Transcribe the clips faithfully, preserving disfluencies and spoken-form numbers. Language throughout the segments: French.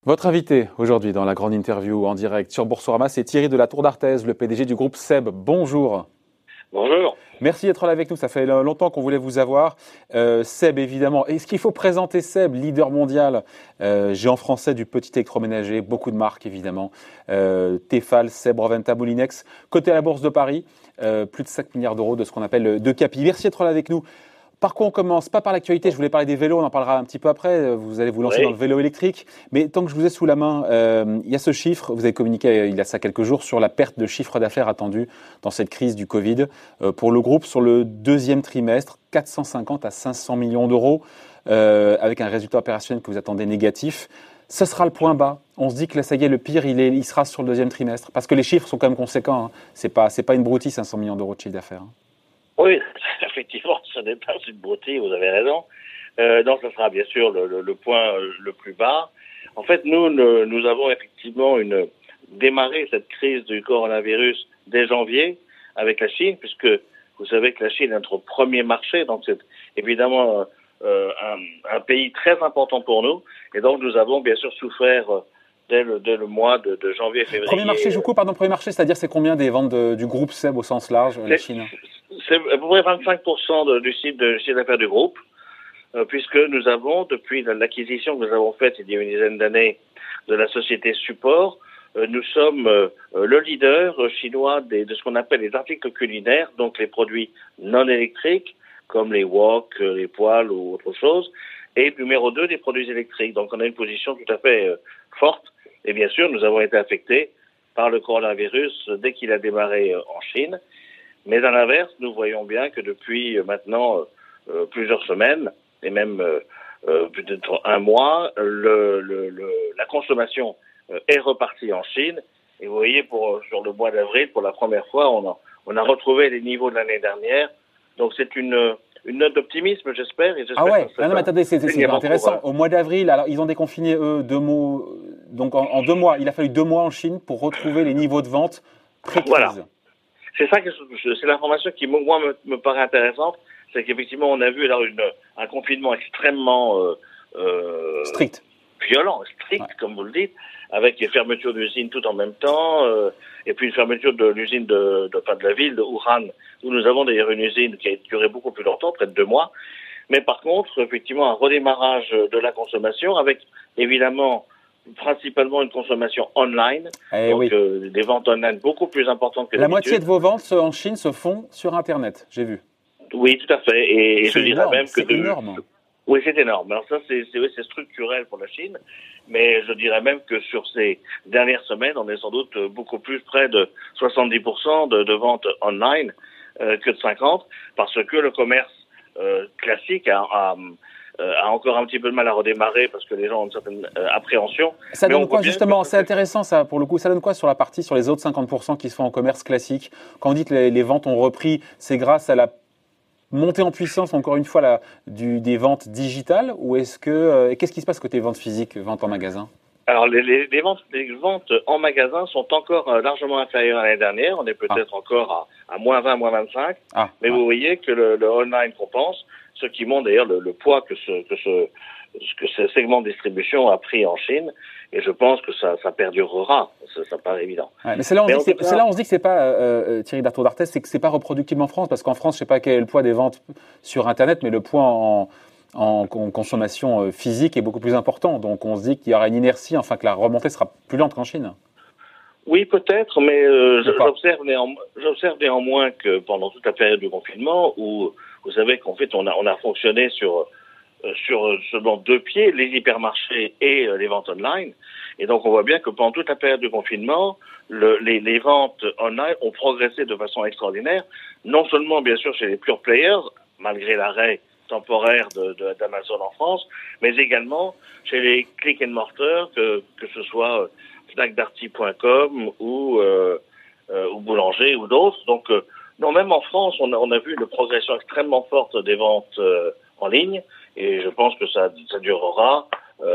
Votre invité aujourd'hui dans la grande interview en direct sur Boursorama, c'est Thierry de la Tour d'Artaise, le P D G du groupe SEB. Bonjour. Bonjour. Merci d'être là avec nous, ça fait longtemps qu'on voulait vous avoir. Euh, SEB évidemment, est-ce qu'il faut présenter SEB, leader mondial, euh, géant français du petit électroménager, beaucoup de marques évidemment, euh, Tefal, SEB, Reventa, Moulinex, coté à la Bourse de Paris, euh, plus de cinq milliards d'euros de ce qu'on appelle de capi. Merci d'être là avec nous. Par quoi on commence? Pas par l'actualité, je voulais parler des vélos, on en parlera un petit peu après, vous allez vous lancer oui. dans le vélo électrique, mais tant que je vous ai sous la main, euh, il y a ce chiffre, vous avez communiqué il y a ça quelques jours sur la perte de chiffre d'affaires attendue dans cette crise du Covid euh, pour le groupe sur le deuxième trimestre, quatre cent cinquante à cinq cents millions d'euros, euh, avec un résultat opérationnel que vous attendez négatif. Ce sera le point bas. On se dit que là, ça y est, le pire, il, est, il sera sur le deuxième trimestre, parce que les chiffres sont quand même conséquents, hein. C'est pas, c'est pas une broutille, cinq cents millions d'euros de chiffre d'affaires, hein. Oui, effectivement, ce n'est pas une broutille, vous avez raison. Euh, donc, ce sera bien sûr le, le, le point le plus bas. En fait, nous, nous, nous avons effectivement une, démarré cette crise du coronavirus dès janvier avec la Chine, puisque vous savez que la Chine est notre premier marché, donc c'est évidemment euh, un, un pays très important pour nous. Et donc, nous avons bien sûr souffert dès le, dès le mois de, de janvier, février. Premier marché, je vous coupe, pardon, premier marché, c'est-à-dire c'est combien des ventes de, du groupe SEB au sens large, la Chine? C'est à peu près vingt-cinq pour cent de, du chiffre de chiffre d'affaires du groupe, euh, puisque nous avons, depuis l'acquisition que nous avons faite il y a une dizaine d'années de la société Support, euh, nous sommes euh, le leader chinois des, de ce qu'on appelle les articles culinaires, donc les produits non électriques, comme les wok, les poêles ou autre chose, et numéro deux, des produits électriques. Donc on a une position tout à fait euh, forte, et bien sûr, nous avons été affectés par le coronavirus dès qu'il a démarré euh, en Chine. Mais à l'inverse, nous voyons bien que depuis maintenant euh, plusieurs semaines, et même euh, euh, peut-être un mois, le, le, le, la consommation euh, est repartie en Chine. Et vous voyez, pour, sur le mois d'avril, pour la première fois, on a, on a retrouvé les niveaux de l'année dernière. Donc c'est une, une note d'optimisme, j'espère. Et j'espère ah ouais, que ça non, non, mais attendez, c'est, c'est, c'est intéressant. Au mois d'avril, alors ils ont déconfiné, eux, deux mois. Donc en, en deux mois, il a fallu deux mois en Chine pour retrouver les niveaux de vente pré-crise. Voilà. C'est ça que je, c'est l'information qui moi me, me paraît intéressante, c'est qu'effectivement on a vu alors une, un confinement extrêmement euh, euh, strict, violent, strict ouais. Comme vous le dites, avec les fermetures d'usines tout en même temps, euh, et puis une fermeture de l'usine de, de, enfin de la ville de Wuhan, où nous avons d'ailleurs une usine qui a duré beaucoup plus longtemps, près de deux mois. Mais par contre, effectivement, un redémarrage de la consommation avec évidemment principalement une consommation online, eh donc oui. euh, des ventes online beaucoup plus importantes que la d'habitude. moitié de vos ventes en Chine se font sur Internet, j'ai vu. Oui, tout à fait. Et, et je dirais même que c'est de... énorme. Oui, c'est énorme. Alors ça, c'est, c'est, c'est structurel pour la Chine, mais je dirais même que sur ces dernières semaines, on est sans doute beaucoup plus près de soixante-dix pour cent de, de ventes online euh, que de cinquante, parce que le commerce euh, classique a, a Euh, a encore un petit peu de mal à redémarrer parce que les gens ont une certaine euh, appréhension. Ça donne quoi justement? C'est intéressant ça pour le coup. Ça donne quoi sur la partie sur les autres cinquante pour cent qui se font en commerce classique? Quand on dit que les, les ventes ont repris, c'est grâce à la montée en puissance encore une fois la, du, des ventes digitales ou est-ce que euh, qu'est-ce qui se passe côté ventes physiques, ventes en magasin? Alors les, les, les, ventes, les ventes en magasin sont encore euh, largement inférieures à l'année dernière. On est peut-être ah. encore à, à moins vingt, moins vingt-cinq. Ah, mais ouais. Vous voyez que le, le online compense, ce qui montre d'ailleurs le, le poids que ce, que, ce, que ce segment de distribution a pris en Chine. Et je pense que ça, ça perdurera. Ça, ça paraît évident. Ouais, mais c'est là, on, mais dit que c'est, c'est là on se dit que c'est pas, euh, Thierry de la Tour d'Artaise, c'est que c'est pas reproductible en France. Parce qu'en France, je sais pas quel est le poids des ventes sur Internet, mais le poids en... en consommation physique est beaucoup plus important. Donc on se dit qu'il y aura une inertie, enfin que la remontée sera plus lente qu'en Chine. Oui, peut-être, mais euh, j'observe, néanmo- j'observe néanmoins que pendant toute la période du confinement, où vous savez qu'en fait on a, on a fonctionné sur, euh, sur seulement deux pieds, les hypermarchés et euh, les ventes online. Et donc on voit bien que pendant toute la période du confinement, le, les, les ventes online ont progressé de façon extraordinaire, non seulement bien sûr chez les pure players, malgré l'arrêt temporaire de, de, d'Amazon en France, mais également chez les click and mortar, que, que ce soit snack darty point com ou, euh, euh, ou Boulanger ou d'autres. Donc, euh, non, même en France, on a, on a vu une progression extrêmement forte des ventes euh, en ligne, et je pense que ça, ça durera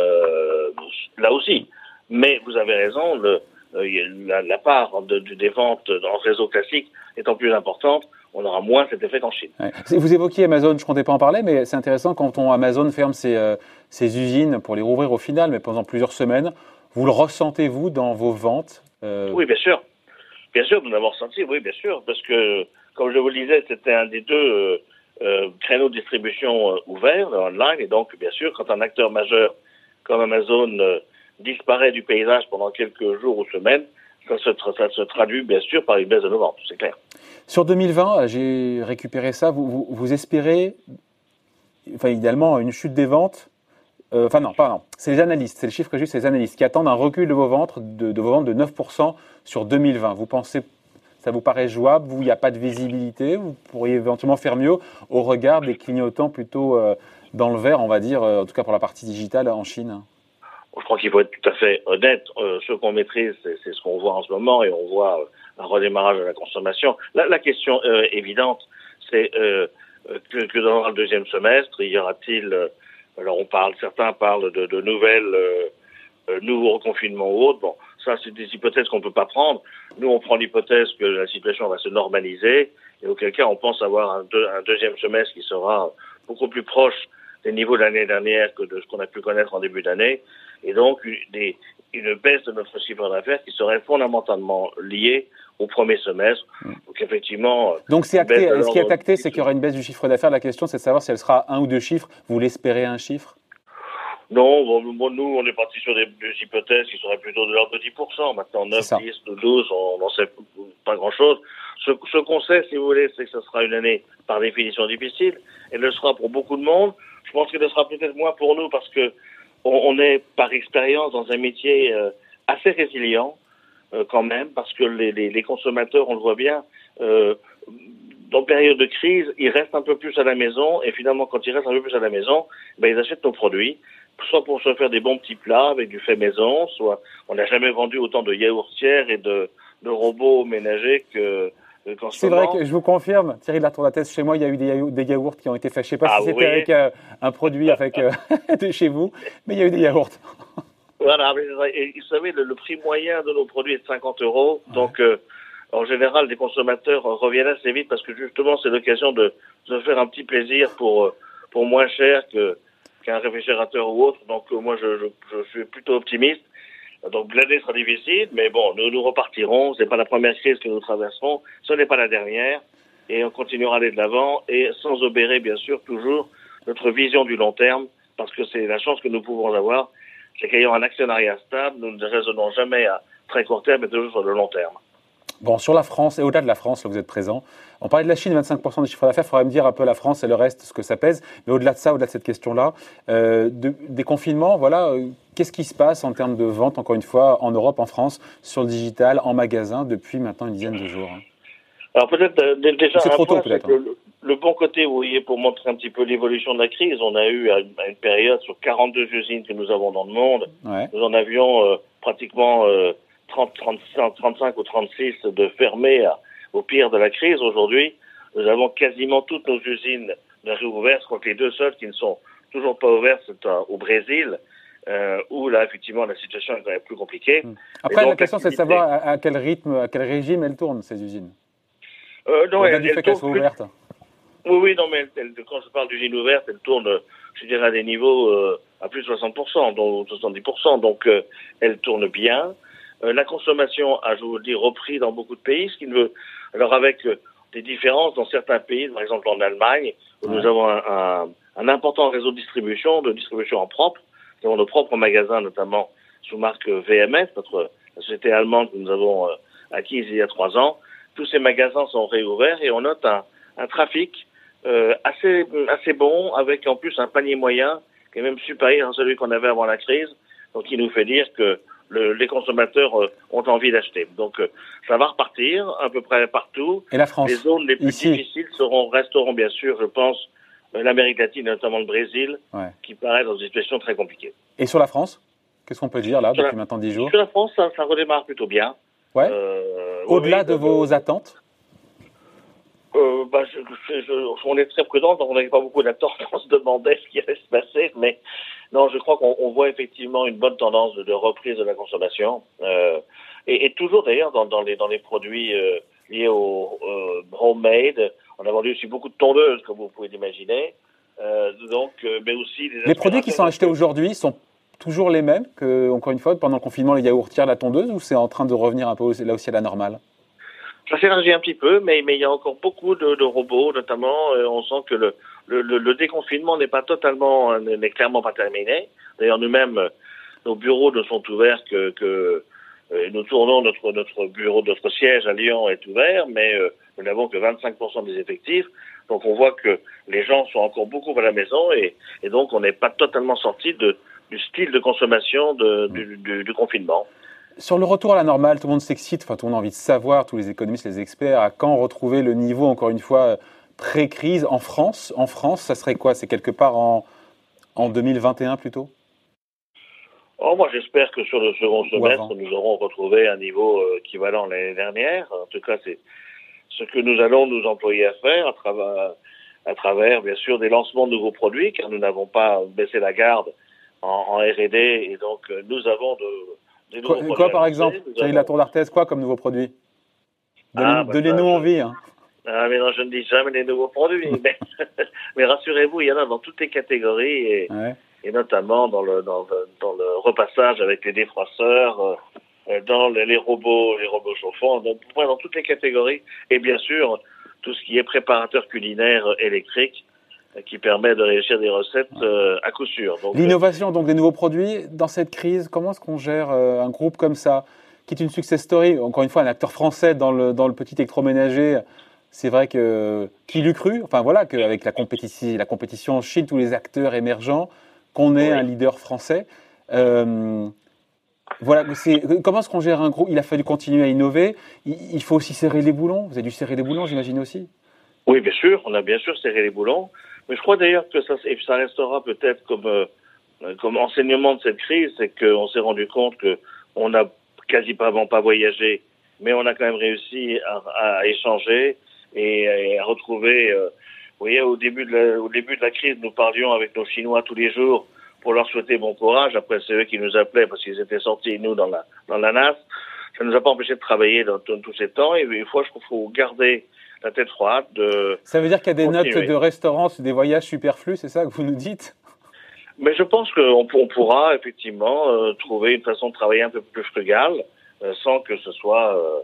euh, là aussi. Mais vous avez raison, le, euh, la, la part de, de, des ventes dans le réseau classique étant plus importante, on aura moins cet effet qu'en Chine. Ouais. Vous évoquiez Amazon, je ne comptais pas en parler, mais c'est intéressant quand on, Amazon ferme ses, euh, ses usines pour les rouvrir au final, mais pendant plusieurs semaines, Vous le ressentez, vous, dans vos ventes euh... Oui, bien sûr. Bien sûr, nous l'avons ressenti, oui, bien sûr. Parce que, comme je vous le disais, c'était un des deux euh, euh, créneaux de distribution euh, ouverts, online. Et donc, bien sûr, quand un acteur majeur comme Amazon euh, disparaît du paysage pendant quelques jours ou semaines, ça se, tra- ça se traduit, bien sûr, par une baisse de nos ventes, c'est clair. Sur deux mille vingt, j'ai récupéré ça. Vous, vous, vous espérez, enfin, idéalement, une chute des ventes. Euh, enfin non, pardon, c'est les analystes, c'est le chiffre que j'ai eu, c'est les analystes qui attendent un recul de vos ventes de, de vos ventes de neuf pour cent sur deux mille vingt. Vous pensez, ça vous paraît jouable? Vous, il n'y a pas de visibilité? Vous pourriez éventuellement faire mieux au regard des clignotants plutôt euh, dans le vert, on va dire, euh, en tout cas pour la partie digitale en Chine? Je crois qu'il faut être tout à fait honnête. Euh, ce qu'on maîtrise, c'est, c'est ce qu'on voit en ce moment, et on voit euh, un redémarrage de la consommation. La, la question euh, évidente, c'est euh, que, que dans le deuxième semestre, y aura-t-il euh, alors on parle, certains parlent de, de nouvelles, euh, euh, nouveaux reconfinements ou autres. Bon, ça c'est des hypothèses qu'on ne peut pas prendre. Nous, on prend l'hypothèse que la situation va se normaliser, et auquel cas on pense avoir un, deux, un deuxième semestre qui sera beaucoup plus proche des niveaux de l'année dernière que de ce qu'on a pu connaître en début d'année, et donc des, une baisse de notre chiffre d'affaires qui serait fondamentalement liée au premier semestre. Donc effectivement. Donc c'est acté. Ce qui est acté, c'est qu'il y aura une baisse du chiffre d'affaires. La question, c'est de savoir si elle sera un ou deux chiffres. Vous l'espérez un chiffre? Non, bon, bon, nous, on est parti sur des, des hypothèses qui seraient plutôt de l'ordre de dix pour cent. Maintenant, neuf, dix, douze, on n'en sait pas grand-chose. Ce, ce qu'on sait, si vous voulez, c'est que ce sera une année par définition difficile. Elle le sera pour beaucoup de monde. Je pense qu'elle le sera peut-être moins pour nous parce que on, on est, par expérience, dans un métier euh, assez résilient. Euh, quand même, parce que les, les, les consommateurs, on le voit bien, euh, dans période de crise, ils restent un peu plus à la maison, et finalement, quand ils restent un peu plus à la maison, ben, ils achètent nos produits, soit pour se faire des bons petits plats avec du fait maison, soit on n'a jamais vendu autant de yaourtières et de, de robots ménagers que qu'en ce C'est moment. vrai que je vous confirme, Thierry de la Tour d'Athènes, chez moi, il y a eu des, yaourts, des yaourts qui ont été faits. Je ne sais pas ah, si c'était avec euh, un produit avec, euh, de chez vous, mais il y a eu des yaourts. Voilà, et vous savez, le, le prix moyen de nos produits est de cinquante euros. Ouais. Donc, euh, en général, les consommateurs reviennent assez vite parce que justement, c'est l'occasion de se faire un petit plaisir pour pour moins cher que qu'un réfrigérateur ou autre. Donc, euh, moi, je, je, je suis plutôt optimiste. Donc, l'année sera difficile, mais bon, nous nous repartirons. C'est pas la première crise que nous traverserons. Ce n'est pas la dernière. Et on continuera à aller de l'avant et sans obérer, bien sûr, toujours notre vision du long terme parce que c'est la chance que nous pouvons avoir. C'est qu'ayant un actionnariat stable, nous ne raisonnons jamais à très court terme, mais toujours sur le long terme. Bon, sur la France, et au-delà de la France, là vous êtes présent, on parlait de la Chine, vingt-cinq pour cent du chiffre d'affaires, il faudrait me dire un peu la France et le reste, ce que ça pèse. Mais au-delà de ça, au-delà de cette question-là, euh, de, des confinements, voilà, euh, qu'est-ce qui se passe en termes de vente, encore une fois, en Europe, en France, sur le digital, en magasin, depuis maintenant une dizaine de jours? Alors peut-être euh, déjà, c'est un trop point, tôt, peut-être. C'est que le, le bon côté, vous voyez, pour montrer un petit peu l'évolution de la crise, on a eu à une, à une période sur quarante-deux usines que nous avons dans le monde, ouais. Nous en avions euh, pratiquement euh, trente, trente-cinq, trente-cinq ou trente-six de fermées à, au pire de la crise. Aujourd'hui, nous avons quasiment toutes nos usines de réouvertes. Je crois que les deux seules qui ne sont toujours pas ouvertes, c'est euh, au Brésil, euh, où là, effectivement, la situation est quand même plus compliquée. Après, donc, la question, c'est de savoir à, à quel rythme, à quel régime elles tournent, ces usines. Euh, non, elle, du fait qu'elles soient ouvertes. Oui, oui, non, mais elle, elle, quand je parle d'usine ouverte, elle tourne, je dirais, à des niveaux euh, à plus de soixante pour cent, dont soixante-dix pour cent. Donc, euh, elle tourne bien. Euh, la consommation a, je vous le dis, repris dans beaucoup de pays, ce qui ne veut... Alors, avec euh, des différences dans certains pays, par exemple en Allemagne, où ouais. nous avons un, un, un important réseau de distribution, de distribution en propre. Nous avons nos propres magasins, notamment sous marque V M S, notre la société allemande que nous avons euh, acquise il y a trois ans. Tous ces magasins sont réouverts et on note un, un trafic euh, assez assez bon, avec en plus un panier moyen qui est même supérieur à celui qu'on avait avant la crise, donc qui nous fait dire que le, les consommateurs euh, ont envie d'acheter. Donc euh, ça va repartir à peu près partout. Et la France, les zones les plus ici. difficiles seront resteront bien sûr, je pense, euh, l'Amérique latine, notamment le Brésil, ouais. qui paraît dans une situation très compliquée. Et sur la France, qu'est-ce qu'on peut dire là, sur depuis la, maintenant dix jours? Sur la France, ça, ça redémarre plutôt bien. Ouais. Euh, Au-delà oui, de vos attentes? euh, bah, je, je, je, on est très prudent, donc on n'avait pas beaucoup d'attentes. On se demandait ce qui allait se passer, mais non, je crois qu'on on voit effectivement une bonne tendance de, de reprise de la consommation, euh, et, et toujours d'ailleurs dans, dans les dans les produits euh, liés au euh, homemade. On a vendu aussi beaucoup de tondeuses, comme vous pouvez l'imaginer. Euh, donc, euh, mais aussi les, les produits qui sont achetés aujourd'hui sont toujours les mêmes que, encore une fois, pendant le confinement, les yaourtières, la tondeuse, ou c'est en train de revenir un peu là aussi à la normale? Ça s'élargit un petit peu, mais, mais il y a encore beaucoup de, de robots, notamment. Euh, on sent que le, le, le, le déconfinement n'est pas totalement, n'est clairement pas terminé. D'ailleurs, nous-mêmes, nos bureaux ne sont ouverts que, que euh, nous tournons notre, notre bureau, notre siège à Lyon est ouvert, mais euh, nous n'avons que vingt-cinq pour cent des effectifs. Donc, on voit que les gens sont encore beaucoup à la maison et, et donc on n'est pas totalement sorti de, du style de consommation de, du, du, du confinement. Sur le retour à la normale, tout le monde s'excite, enfin, tout le monde a envie de savoir, tous les économistes, les experts, à quand retrouver le niveau, encore une fois, pré-crise en France. En France, ça serait quoi? C'est quelque part en, en deux mille vingt et un plutôt? Oh, moi, j'espère que sur le second semestre, nous aurons retrouvé un niveau euh, équivalent l'année dernière. En tout cas, c'est ce que nous allons nous employer à faire à travers, à travers, bien sûr, des lancements de nouveaux produits, car nous n'avons pas baissé la garde en, en R et D, et donc euh, nous avons de... Quoi, quoi par exemple avons... La Tour d'Arthez, quoi comme nouveau produit? Donnez-nous ah, bah, envie. Hein. Ah, mais non, je ne dis jamais les nouveaux produits. mais, mais rassurez-vous, il y en a dans toutes les catégories, et, ouais. et notamment dans le, dans, le, dans le repassage avec les défroisseurs, euh, dans les, les robots, les robots chauffants, donc, dans toutes les catégories. Et bien sûr, tout ce qui est préparateur culinaire électrique, qui permet de réussir des recettes euh, à coup sûr. L'innovation, donc des nouveaux produits, dans cette crise, comment est-ce qu'on gère euh, un groupe comme ça, qui est une success story, encore une fois un acteur français dans le, dans le petit électroménager, c'est vrai que, qui l'eût cru, enfin voilà, qu'avec la compétition, la compétition en Chine, tous les acteurs émergents, qu'on ait oui. un leader français. Euh, voilà, c'est, comment est-ce qu'on gère un groupe? Il a fallu continuer à innover, il, il faut aussi serrer les boulons, vous avez dû serrer les boulons, j'imagine aussi. Oui, bien sûr, on a bien sûr serré les boulons. Mais je crois d'ailleurs que ça, ça restera peut-être comme, euh, comme enseignement de cette crise, c'est qu'on s'est rendu compte qu'on n'a quasiment pas voyagé, mais on a quand même réussi à, à échanger et, et à retrouver. Euh, vous voyez, au début, de la, au début de la crise, nous parlions avec nos Chinois tous les jours pour leur souhaiter bon courage. Après, c'est eux qui nous appelaient parce qu'ils étaient sortis, nous, dans la, dans la nasse. Ça ne nous a pas empêché de travailler dans, dans tous ces temps. Et une fois, je trouve qu'il faut garder la tête froide. De ça veut dire qu'il y a des continuer. notes de restaurants, des voyages superflus, c'est ça que vous nous dites? Mais je pense qu'on on pourra effectivement euh, trouver une façon de travailler un peu plus frugale, euh, sans que ce soit euh,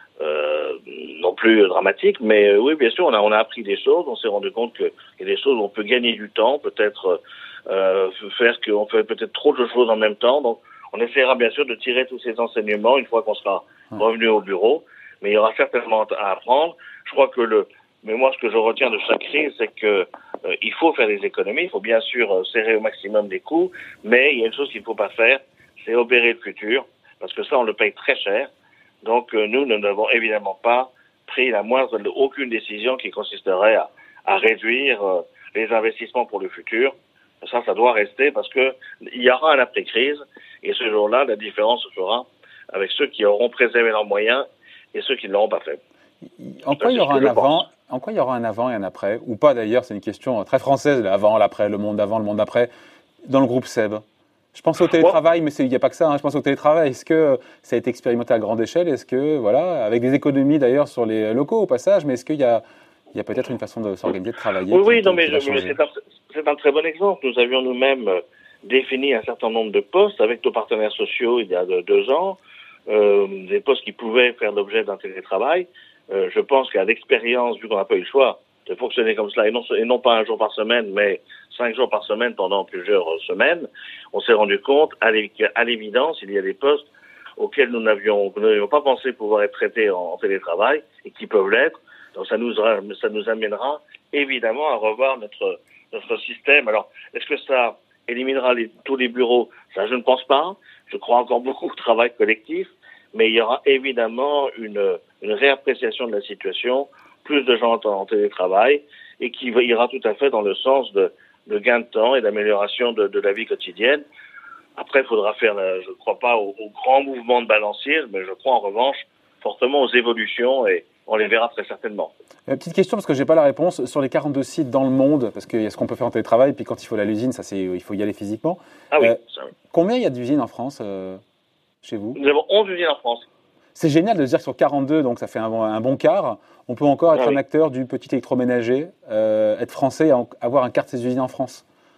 euh, non plus dramatique. Mais euh, oui, bien sûr, on a, on a appris des choses. On s'est rendu compte qu'il y a des choses où on peut gagner du temps, peut-être euh, faire qu'on fait peut-être trop de choses en même temps. Donc, on essaiera bien sûr de tirer tous ces enseignements une fois qu'on sera revenu au bureau. Mais il y aura certainement à apprendre. Je crois que le, mais moi, ce que je retiens de chaque crise, c'est que euh, il faut faire des économies. Il faut bien sûr euh, serrer au maximum les coûts, mais il y a une chose qu'il ne faut pas faire, c'est opérer le futur, parce que ça, on le paye très cher. Donc, euh, nous, nous n'avons évidemment pas pris la moindre, aucune décision qui consisterait à, à réduire euh, les investissements pour le futur. Ça, ça doit rester, parce que il y aura un après-crise, et ce jour-là, la différence se fera avec ceux qui auront préservé leurs moyens et ceux qui ne l'auront pas fait. En quoi, il y aura un avant, en quoi il y aura un avant et un après? Ou pas d'ailleurs, c'est une question très française, l'avant, l'après, le monde d'avant, le monde d'après, dans le groupe Seb. Je pense au télétravail, mais il n'y a pas que ça, hein, je pense au télétravail. Est-ce que ça a été expérimenté à grande échelle? Est-ce que, voilà, avec des économies d'ailleurs sur les locaux au passage, mais est-ce qu'il y a, il y a peut-être une façon de s'organiser, de travailler? Oui, oui, non, mais, je, mais c'est, un, c'est un très bon exemple. Nous avions nous-mêmes défini un certain nombre de postes avec nos partenaires sociaux il y a deux ans, euh, des postes qui pouvaient faire l'objet d'un télétravail. Euh, je pense qu'à l'expérience, vu qu'on n'a pas eu le choix de fonctionner comme cela, et non, et non pas un jour par semaine, mais cinq jours par semaine pendant plusieurs semaines, on s'est rendu compte, à l'évidence, il y a des postes auxquels nous n'avions, nous n'avions pas pensé pouvoir être traités en, en télétravail, et qui peuvent l'être. Donc ça nous, ça nous amènera évidemment à revoir notre, notre système. Alors, est-ce que ça éliminera les, tous les bureaux? Ça, je ne pense pas. Je crois encore beaucoup au travail collectif. Mais il y aura évidemment une, une réappréciation de la situation, plus de gens en télétravail, et qui ira tout à fait dans le sens de, de gain de temps et d'amélioration de, de la vie quotidienne. Après, il faudra faire, je ne crois pas au, au grand mouvement de balancier, mais je crois en revanche fortement aux évolutions, et on les verra très certainement. Euh, petite question, parce que je n'ai pas la réponse, sur les quarante-deux sites dans le monde, parce qu'il y a ce qu'on peut faire en télétravail, puis quand il faut aller à l'usine, ça, c'est, il faut y aller physiquement. Ah oui, euh, ça oui. Combien il y a d'usines en France euh chez vous? Nous avons onze usines en France. C'est génial de se dire que sur quarante-deux, donc ça fait un bon, un bon quart, on peut encore être ah, un oui. acteur du petit électroménager, euh, être français et avoir un quart de ces usines en France.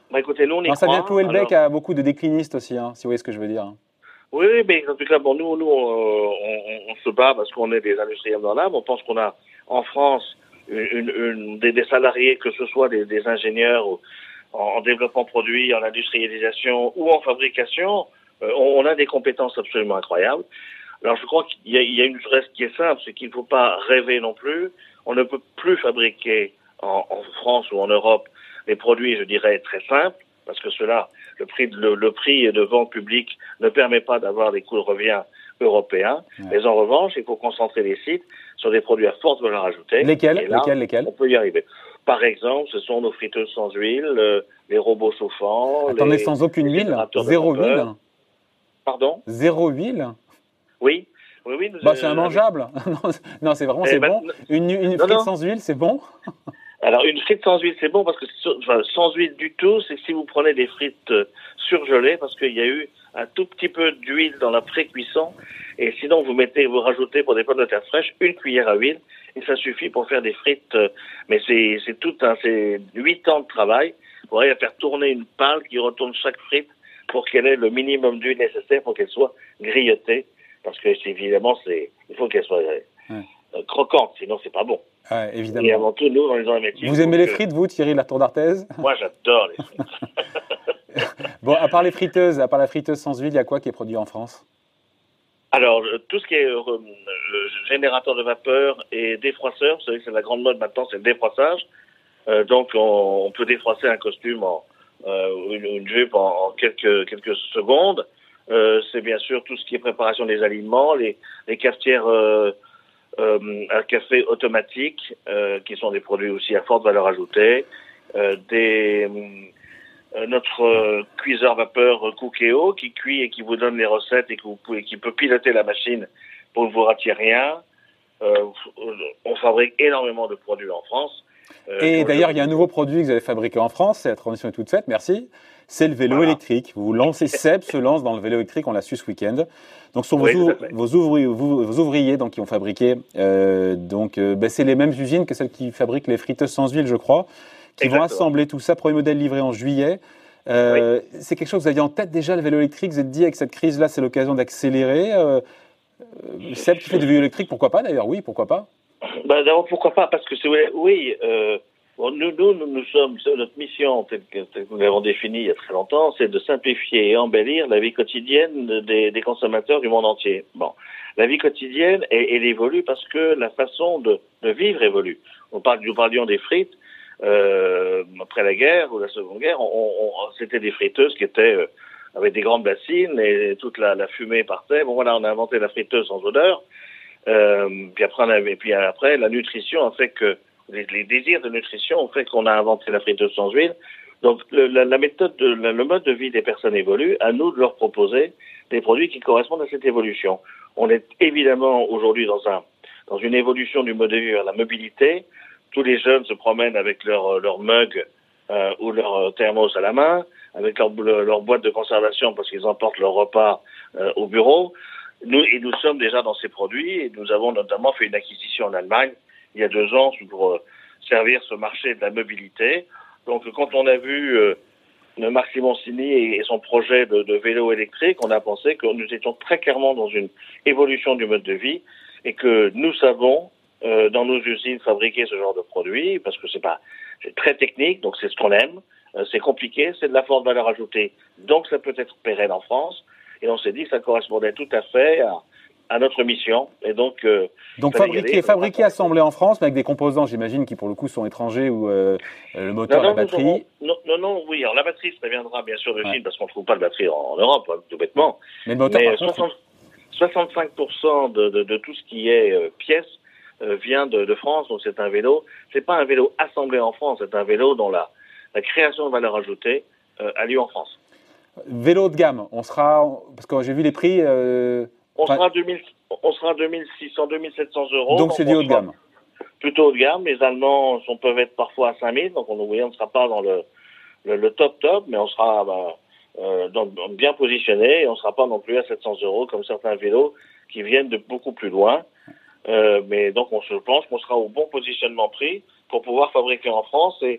Bah écoutez, nous on y non, ça croit. vient clouer le bec Alors... à beaucoup de déclinistes aussi, hein, si vous voyez ce que je veux dire. Oui, oui, mais en tout cas, bon, nous, nous, on, on, on se bat parce qu'on est des industriels dans l'âme. On pense qu'on a en France une, une, des, des salariés, que ce soit des, des ingénieurs ou en, en développement produit, en industrialisation ou en fabrication, euh, on, on a des compétences absolument incroyables. Alors, je crois qu'il y a, il y a une chose qui est simple, c'est qu'il ne faut pas rêver non plus. On ne peut plus fabriquer en, en France ou en Europe des produits, je dirais, très simples, parce que cela, le prix de, le, le prix de vente publique ne permet pas d'avoir des coûts de revient européens. Ouais. Mais en revanche, il faut concentrer les sites sur des produits à forte valeur ajoutée. Lesquels, et là, lesquels, lesquels on peut y arriver. Par exemple, ce sont nos friteuses sans huile, euh, les robots chauffants. Attendez, les, sans aucune les huile, zéro huile. Pardon? Zéro huile. Oui. Oui, oui. Bah, c'est immangeable. non, c'est vraiment, c'est eh bon. Ben, une une frite non. sans huile, c'est bon. Alors, une frite sans huile, c'est bon parce que enfin, sans huile du tout, c'est si vous prenez des frites surgelées, parce qu'il y a eu un tout petit peu d'huile dans la pré-cuisson, et sinon vous mettez, vous rajoutez pour des pommes de terre fraîches une cuillère à huile, et ça suffit pour faire des frites. Mais c'est c'est tout un, c'est huit ans de travail pour aller faire tourner une pâle qui retourne chaque frite pour qu'elle ait le minimum d'huile nécessaire pour qu'elle soit grillotée, parce que évidemment c'est, il faut qu'elle soit ouais. croquante, sinon c'est pas bon. Ouais, évidemment. Et avant tout, nous, dans les dans les métiers. Vous aimez les frites, vous, Thierry de la Tour d'Artaise? Moi, j'adore les frites. Bon, à part les friteuses, à part la friteuse sans huile, il y a quoi qui est produit en France? Alors, tout ce qui est euh, générateur de vapeur et défroisseur, vous savez que c'est la grande mode maintenant, c'est le défroissage. Euh, donc, on, on peut défroisser un costume, en, euh, une, une jupe en, en quelques, quelques secondes. Euh, c'est bien sûr tout ce qui est préparation des aliments, les, les cafetières euh, Euh, un café automatique, euh, qui sont des produits aussi à forte valeur ajoutée, euh, des, euh, notre euh, cuiseur vapeur Cookéo qui cuit et qui vous donne les recettes et que vous pouvez, qui peut piloter la machine pour que vous ratiez rien. Euh, on fabrique énormément de produits en France. Euh, et d'ailleurs, il y a un nouveau produit que vous avez fabriqué en France, c'est la transition est toute faite, merci. C'est le vélo voilà. électrique. Vous vous lancez, Seb se lance dans le vélo électrique, on l'a su ce week-end. Donc, ce sont oui, vos, vos, ouvriers, vos, vos ouvriers donc, qui ont fabriqué. Euh, donc, euh, ben, c'est les mêmes usines que celles qui fabriquent les friteuses sans huile, je crois, qui Exactement. vont assembler tout ça. Premier modèle livré en juillet. Euh, oui. C'est quelque chose que vous aviez en tête déjà, le vélo électrique. Vous vous êtes dit, avec cette crise-là, c'est l'occasion d'accélérer. Euh, Seb qui fait du vélo électrique, pourquoi pas d'ailleurs? Oui, pourquoi pas? Ben, d'abord, pourquoi pas? Parce que c'est oui. Euh, bon, nous, nous, nous, nous sommes notre mission, telle que, telle que nous l'avons définie il y a très longtemps, c'est de simplifier et embellir la vie quotidienne des, des consommateurs du monde entier. Bon, la vie quotidienne, elle, elle évolue parce que la façon de, de vivre évolue. On parle, nous parlions des frites. Euh, après la guerre ou la Seconde Guerre, on, on, c'était des friteuses qui étaient euh, avec des grandes bassines et toute la, la fumée partait. Bon, voilà, on a inventé la friteuse sans odeur. Euh, puis après, on avait, puis après, la nutrition a fait que les, les désirs de nutrition ont fait qu'on a inventé la friteuse sans huile. Donc, le, la, la méthode, de, la, le mode de vie des personnes évolue. À nous de leur proposer des produits qui correspondent à cette évolution. On est évidemment aujourd'hui dans un dans une évolution du mode de vie vers la mobilité. Tous les jeunes se promènent avec leur leur mug euh, ou leur thermos à la main, avec leur leur boîte de conservation parce qu'ils emportent leur repas euh, au bureau. Nous, et nous sommes déjà dans ces produits et nous avons notamment fait une acquisition en Allemagne il y a deux ans pour euh, servir ce marché de la mobilité. Donc, quand on a vu euh, Marc Simoncini et, et son projet de, de vélo électrique, on a pensé que nous étions très clairement dans une évolution du mode de vie et que nous savons, euh, dans nos usines, fabriquer ce genre de produits parce que c'est pas, c'est très technique, donc c'est ce qu'on aime. Euh, c'est compliqué, c'est de la forte valeur ajoutée, donc ça peut être pérenne en France. Et on s'est dit que ça correspondait tout à fait à, à notre mission. Et donc, euh, donc fabriqué, fabriqué, assemblé en France, mais avec des composants, j'imagine, qui pour le coup sont étrangers ou euh, le moteur, non, non, la batterie. Aurons, non, non, non, oui. Alors la batterie, ça viendra bien sûr de Chine ouais. parce qu'on ne trouve pas de batterie en, en Europe, hein, tout bêtement. Mais le moteur, mais par contre, soixante, soixante-cinq pour cent de, de, de tout ce qui est euh, pièces euh, vient de, de France. Donc c'est un vélo. C'est pas un vélo assemblé en France. C'est un vélo dont la, la création de valeur ajoutée euh, a lieu en France. Vélo de gamme, on sera, parce que j'ai vu les prix. Euh, on, sera à deux mille, on sera à deux mille six cents, deux mille sept cents euros. Donc, donc c'est du haut de gamme. Plutôt haut de gamme. Les Allemands sont, peuvent être parfois à cinq mille, donc on ne on sera pas dans le, le, le top top, mais on sera bah, euh, dans, bien positionné et on ne sera pas non plus à sept cents euros comme certains vélos qui viennent de beaucoup plus loin. Euh, mais donc on se pense qu'on sera au bon positionnement prix pour pouvoir fabriquer en France et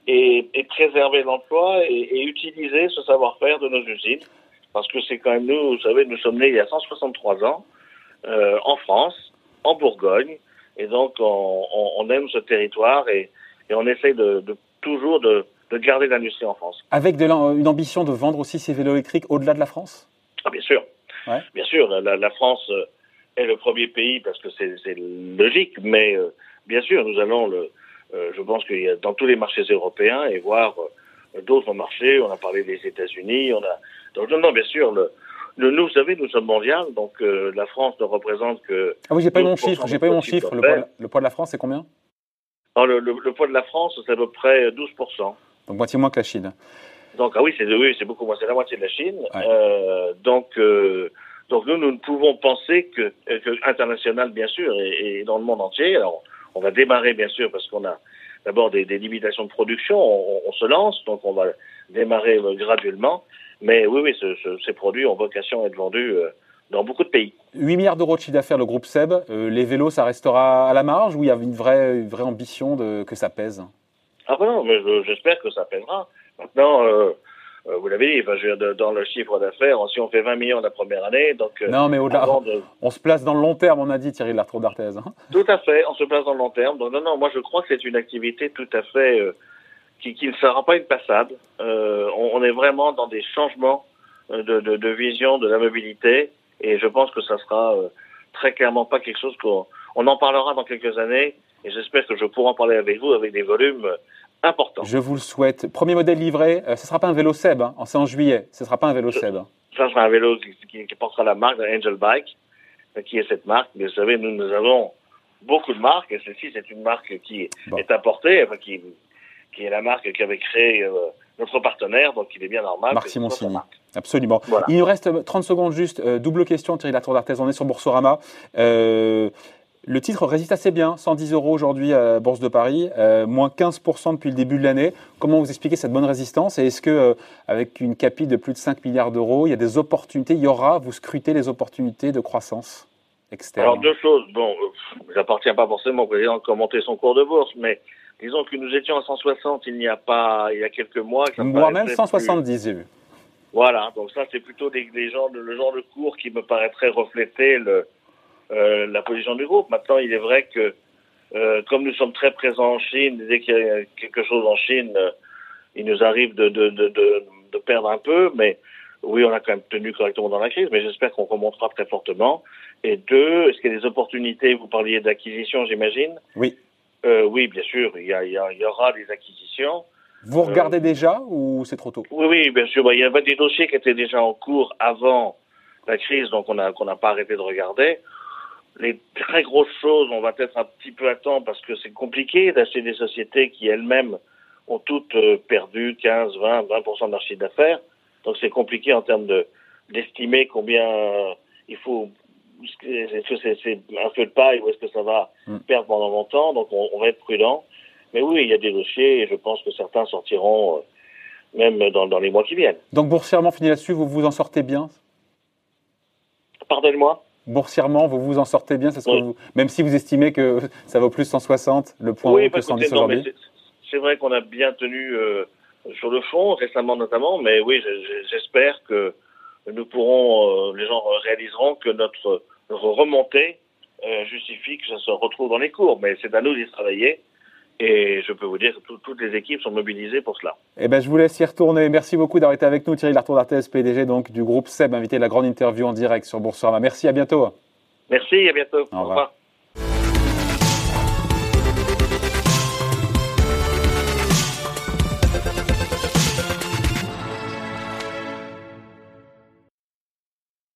et, et préserver l'emploi et, et utiliser ce savoir-faire de nos usines. Parce que c'est quand même nous, vous savez, nous sommes nés il y a cent soixante-trois ans, euh, en France, en Bourgogne, et donc on, on, on aime ce territoire et, et on essaye de, de toujours de, de garder l'industrie en France. Avec de une ambition de vendre aussi ces vélos électriques au-delà de la France ? Ah, bien sûr. Ouais. Bien sûr, la, la, la France est le premier pays parce que c'est, c'est logique, mais euh, bien sûr, nous allons, le, euh, je pense qu'il y a dans tous les marchés européens et voir euh, d'autres marchés. On a parlé des États-Unis, on a donc non, non bien sûr, le, le, nous, vous savez, nous sommes mondiaux, donc euh, la France ne représente que. Ah oui, j'ai pas eu mon chiffre. J'ai pas eu mon chiffre. Le poids, le poids de la France, c'est combien ? Alors, le, le, le poids de la France, c'est à peu près douze pour cent. Donc moitié moins que la Chine. Donc ah oui, c'est oui, c'est beaucoup moins, c'est la moitié de la Chine. Ouais. Euh, donc euh, donc nous, nous ne pouvons penser que, que international bien sûr et, et dans le monde entier. Alors on va démarrer bien sûr parce qu'on a d'abord des, des limitations de production. On, on se lance, donc on va démarrer euh, graduellement. Mais oui, oui, ce, ce, ces produits ont vocation à être vendus euh, dans beaucoup de pays. huit milliards d'euros de chiffre d'affaires, le groupe Seb. Euh, les vélos, ça restera à la marge ou il y a une vraie, une vraie ambition de, que ça pèse ? Ah ben non, mais je, j'espère que ça pèsera. Maintenant, euh, euh, vous l'avez dit, enfin, je veux dire, dans le chiffre d'affaires, si on fait vingt millions la première année, donc... Euh, non, mais au-delà, de... on se place dans le long terme, on a dit, Thierry Lartour d'Arthez. Hein. Tout à fait, on se place dans le long terme. Donc non, non, moi je crois que c'est une activité tout à fait... Euh, qui, qui ne sera pas une passade. Euh, on, on est vraiment dans des changements de, de, de vision de la mobilité et je pense que ça sera euh, très clairement pas quelque chose qu'on... On en parlera dans quelques années et j'espère que je pourrai en parler avec vous avec des volumes... important. Je vous le souhaite. Premier modèle livré, euh, ce ne sera pas un vélo Seb, hein. C'est en juillet, ce ne sera pas un vélo Seb. Ça sera un vélo qui, qui, qui portera la marque de Angel Bike, qui est cette marque. Mais vous savez, nous, nous avons beaucoup de marques, et celle-ci, c'est une marque qui bon. est importée, enfin, qui, qui est la marque qu'avait créée euh, notre partenaire, donc il est bien normal. Marc Simoncini. Absolument. Voilà. Il nous reste trente secondes juste. Euh, double question, Thierry Lartour d'Arthez, on est sur Boursorama. Euh, Le titre résiste assez bien, cent dix euros aujourd'hui à la Bourse de Paris, euh, moins quinze pour cent depuis le début de l'année. Comment vous expliquez cette bonne résistance et est-ce que, euh, avec une capi de plus de cinq milliards d'euros, il y a des opportunités, il y aura, vous scrutez les opportunités de croissance externe ? Alors deux choses. Bon, euh, j'appartiens pas forcément au président de commenter son cours de bourse, mais disons que nous étions à cent soixante il n'y a pas, il y a quelques mois. Voire même cent soixante-dix, j'ai vu. Voilà, donc ça c'est plutôt des, des gens, le genre de cours qui me paraîtrait refléter le Euh, la position du groupe. Maintenant, il est vrai que euh, comme nous sommes très présents en Chine, dès qu'il y a quelque chose en Chine, euh, il nous arrive de, de, de, de, de perdre un peu, mais oui, on a quand même tenu correctement dans la crise, mais j'espère qu'on remontera très fortement. Et deux, est-ce qu'il y a des opportunités ? Vous parliez d'acquisition, j'imagine ? Oui. Euh, oui, bien sûr, il y, a, il, y a, il y aura des acquisitions. Vous regardez euh, déjà ou c'est trop tôt ? Oui, oui, bien sûr. Bah, il y avait des dossiers qui étaient déjà en cours avant la crise, donc on a, qu'on n'a pas arrêté de regarder. Les très grosses choses, on va peut-être un petit peu attendre parce que c'est compliqué d'acheter des sociétés qui elles-mêmes ont toutes perdu quinze, vingt, vingt pour cent de leur chiffre d'affaires. Donc c'est compliqué en termes de d'estimer combien il faut. Est-ce que c'est, c'est un feu de paille ou est-ce que ça va perdre pendant longtemps ? Donc on, on va être prudent. Mais oui, il y a des dossiers et je pense que certains sortiront même dans, dans les mois qui viennent. Donc boursièrement, fini là-dessus, vous vous en sortez bien ? Pardonnez-moi ? Boursièrement, vous vous en sortez bien, c'est ce que oui. vous, même si vous estimez que ça vaut plus cent soixante, le point oui, haut que cent dix aujourd'hui. C'est, c'est vrai qu'on a bien tenu euh, sur le fond, récemment notamment, mais oui, j'espère que nous pourrons, euh, les gens réaliseront que notre, notre remontée euh, justifie que ça se retrouve dans les cours, mais c'est à nous d'y travailler. Et je peux vous dire que tout, toutes les équipes sont mobilisées pour cela. Eh ben, je vous laisse y retourner. Merci beaucoup d'avoir été avec nous. Thierry Lartour d'Arthez, P D G donc, du groupe Seb, invité de la grande interview en direct sur Boursorama. Merci, à bientôt. Merci, à bientôt. Au revoir. Au revoir.